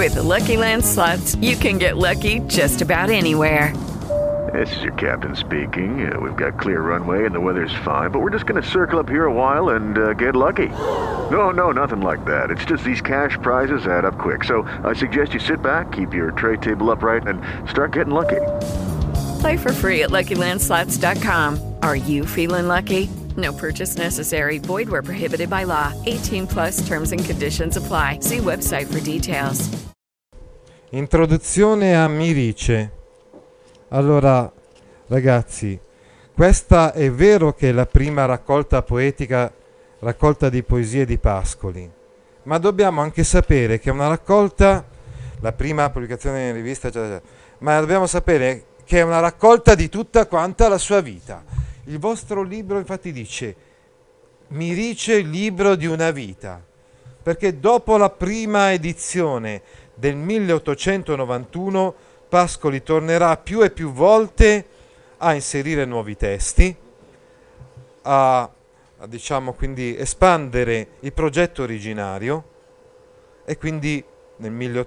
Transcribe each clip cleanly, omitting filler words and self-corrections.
With the Lucky Land Slots, you can get lucky just about anywhere. This is your captain speaking. We've got clear runway and the weather's fine, but we're just going to circle up here a while and get lucky. No, nothing like that. It's just these cash prizes add up quick. So I suggest you sit back, keep your tray table upright, and start getting lucky. Play for free at LuckyLandSlots.com. Are you feeling lucky? No purchase necessary. Void where prohibited by law. 18 plus terms and conditions apply. See website for details. Introduzione a Mirice. Allora, ragazzi, questa è vero che è la prima raccolta poetica, raccolta di poesie di Pascoli, ma dobbiamo anche sapere che è una raccolta, la prima pubblicazione in rivista, ma dobbiamo sapere che è una raccolta di tutta quanta la sua vita. Il vostro libro infatti dice Mirice, il libro di una vita, perché dopo la prima edizione del 1891 Pascoli tornerà più e più volte a inserire nuovi testi, a diciamo quindi espandere il progetto originario, e quindi nel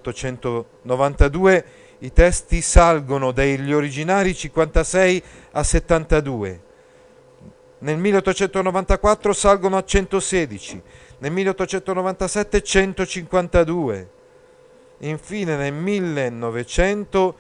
1892 i testi salgono dagli originari 56 a 72, nel 1894 salgono a 116, nel 1897 152, infine nel 1900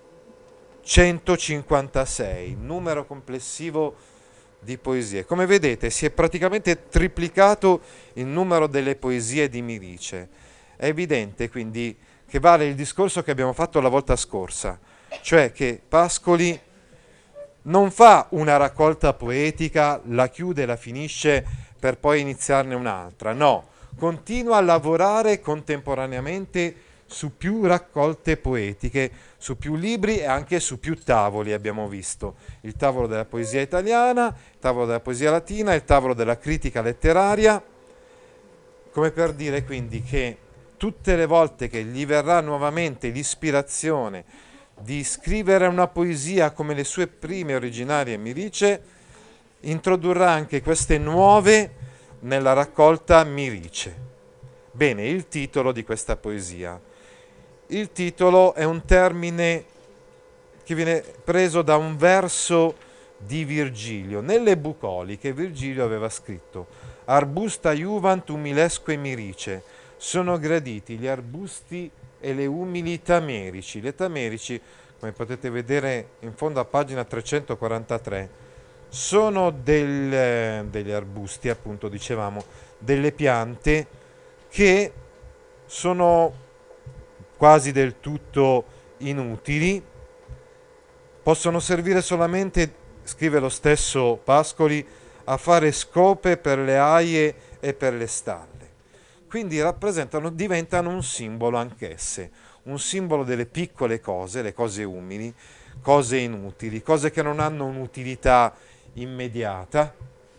156, numero complessivo di poesie. Come vedete si è praticamente triplicato il numero delle poesie di Mirice. È evidente quindi che vale il discorso che abbiamo fatto la volta scorsa, cioè che Pascoli non fa una raccolta poetica, la chiude, la finisce per poi iniziarne un'altra, no, continua a lavorare contemporaneamente su più raccolte poetiche, su più libri e anche su più tavoli. Abbiamo visto il tavolo della poesia italiana, il tavolo della poesia latina, il tavolo della critica letteraria, come per dire quindi che tutte le volte che gli verrà nuovamente l'ispirazione di scrivere una poesia come le sue prime originarie Mirice, introdurrà anche queste nuove nella raccolta Mirice. Bene, il titolo di questa poesia. Il titolo è un termine che viene preso da un verso di Virgilio, nelle bucoliche. Virgilio aveva scritto Arbusta juvant umilesque Mirice, sono graditi gli arbusti e le umili tamerici. Le tamerici, come potete vedere in fondo a pagina 343, sono degli arbusti, appunto dicevamo, delle piante che sono quasi del tutto inutili, possono servire solamente, scrive lo stesso Pascoli, a fare scope per le aie e per le stalle. Quindi diventano un simbolo anch'esse, un simbolo delle piccole cose, le cose umili, cose inutili, cose che non hanno un'utilità immediata,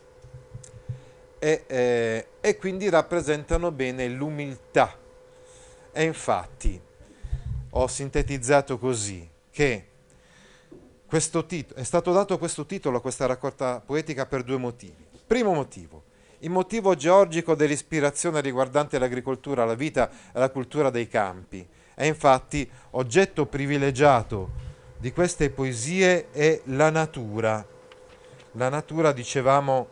e quindi rappresentano bene l'umiltà. E infatti ho sintetizzato così che è stato dato questo titolo a questa raccolta poetica per due motivi. Primo motivo, il motivo georgico dell'ispirazione riguardante l'agricoltura, la vita e la cultura dei campi. E infatti oggetto privilegiato di queste poesie è la natura. La natura, dicevamo,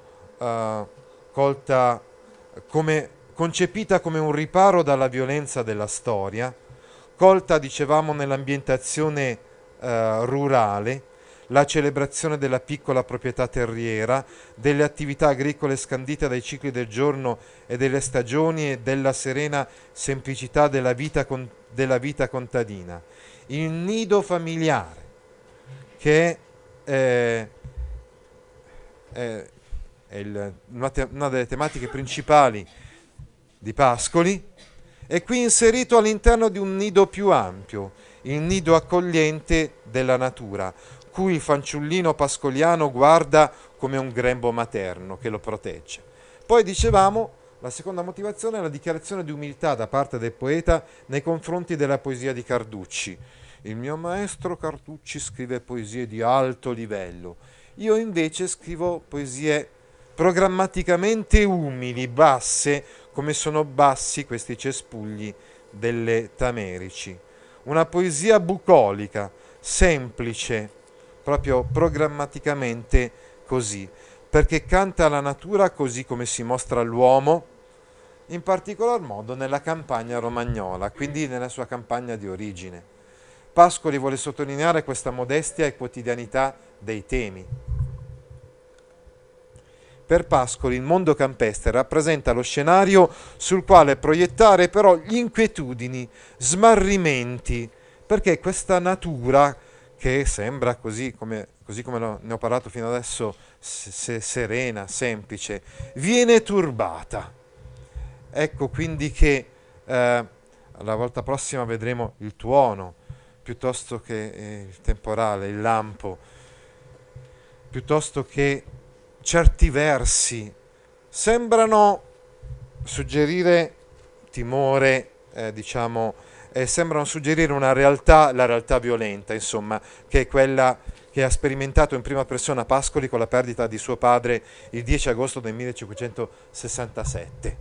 concepita come un riparo dalla violenza della storia, colta, dicevamo, nell'ambientazione rurale, la celebrazione della piccola proprietà terriera, delle attività agricole scandite dai cicli del giorno e delle stagioni e della serena semplicità della vita contadina. Il nido familiare, che è una delle tematiche principali di Pascoli, è qui inserito all'interno di un nido più ampio, il nido accogliente della natura, cui il fanciullino pascoliano guarda come un grembo materno che lo protegge. Poi dicevamo, la seconda motivazione è la dichiarazione di umiltà da parte del poeta nei confronti della poesia di Carducci. Il mio maestro Carducci scrive poesie di alto livello, io invece scrivo poesie programmaticamente umili, basse, come sono bassi questi cespugli delle Tamerici. Una poesia bucolica, semplice, proprio programmaticamente così, perché canta la natura così come si mostra all'uomo, in particolar modo nella campagna romagnola, quindi nella sua campagna di origine. Pascoli vuole sottolineare questa modestia e quotidianità dei temi. Per Pascoli il mondo campestre rappresenta lo scenario sul quale proiettare però gli inquietudini, smarrimenti, perché questa natura che sembra così come ne ho parlato fino adesso, serena, semplice, viene turbata. Ecco quindi che la volta prossima vedremo il tuono, piuttosto che il temporale, il lampo, piuttosto che certi versi sembrano suggerire timore, sembrano suggerire una realtà, la realtà violenta, insomma, che è quella che ha sperimentato in prima persona Pascoli con la perdita di suo padre il 10 agosto del 1567.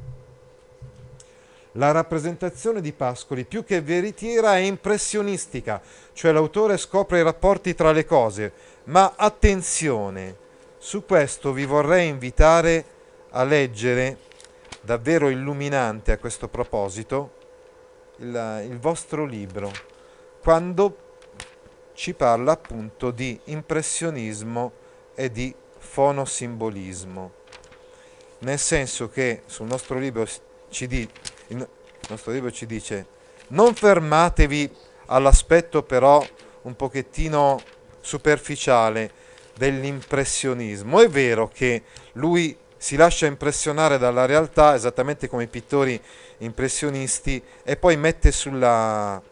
La rappresentazione di Pascoli, più che veritiera, è impressionistica, cioè l'autore scopre i rapporti tra le cose, ma attenzione, su questo vi vorrei invitare a leggere, davvero illuminante a questo proposito, il vostro libro, quando ci parla appunto di impressionismo e di fonosimbolismo, nel senso che sul nostro libro il nostro libro ci dice: non fermatevi all'aspetto però un pochettino superficiale dell'impressionismo. È vero che lui si lascia impressionare dalla realtà esattamente come i pittori impressionisti e poi mette sulla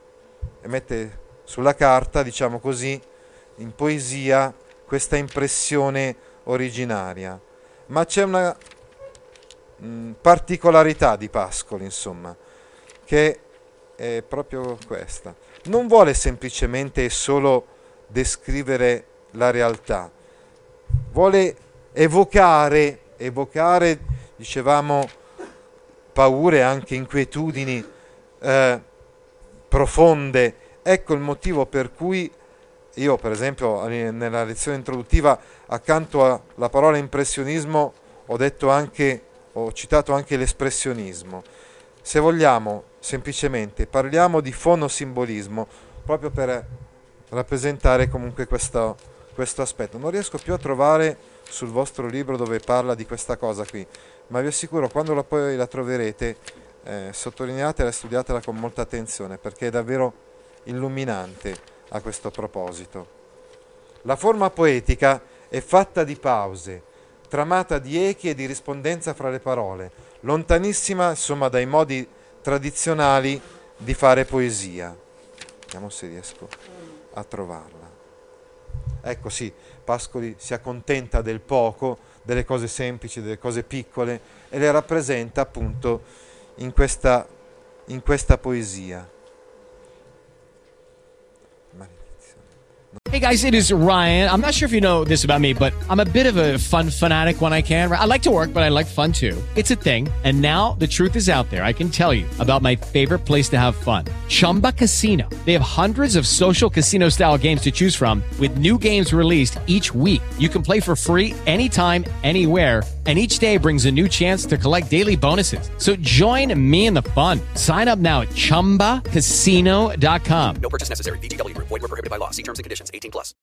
carta, diciamo così, in poesia questa impressione originaria. Ma c'è una particolarità di Pascoli, insomma, che è proprio questa. Non vuole semplicemente e solo descrivere la realtà, vuole evocare, dicevamo, paure, anche inquietudini profonde. Ecco il motivo per cui io, per esempio, nella lezione introduttiva, accanto alla parola impressionismo, ho citato anche l'espressionismo. Se vogliamo, semplicemente, parliamo di fonosimbolismo, proprio per rappresentare comunque questo aspetto. Non riesco più a trovare sul vostro libro dove parla di questa cosa qui, ma vi assicuro, quando poi la troverete, sottolineatela e studiatela con molta attenzione, perché è davvero illuminante a questo proposito. La forma poetica è fatta di pause, tramata di echi e di rispondenza fra le parole, lontanissima insomma dai modi tradizionali di fare poesia. Vediamo se riesco a trovarla. Ecco, sì, Pascoli si accontenta del poco, delle cose semplici, delle cose piccole, e le rappresenta appunto in questa poesia. Hey guys, it is Ryan. I'm not sure if you know this about me, but I'm a bit of a fun fanatic when I can. I like to work, but I like fun too. It's a thing. And now the truth is out there. I can tell you about my favorite place to have fun. Chumba Casino. They have hundreds of social casino style games to choose from with new games released each week. You can play for free anytime, anywhere. And each day brings a new chance to collect daily bonuses. So join me in the fun. Sign up now at ChumbaCasino.com. No purchase necessary. VGW Group. Void where prohibited by law. See terms and conditions. 18+.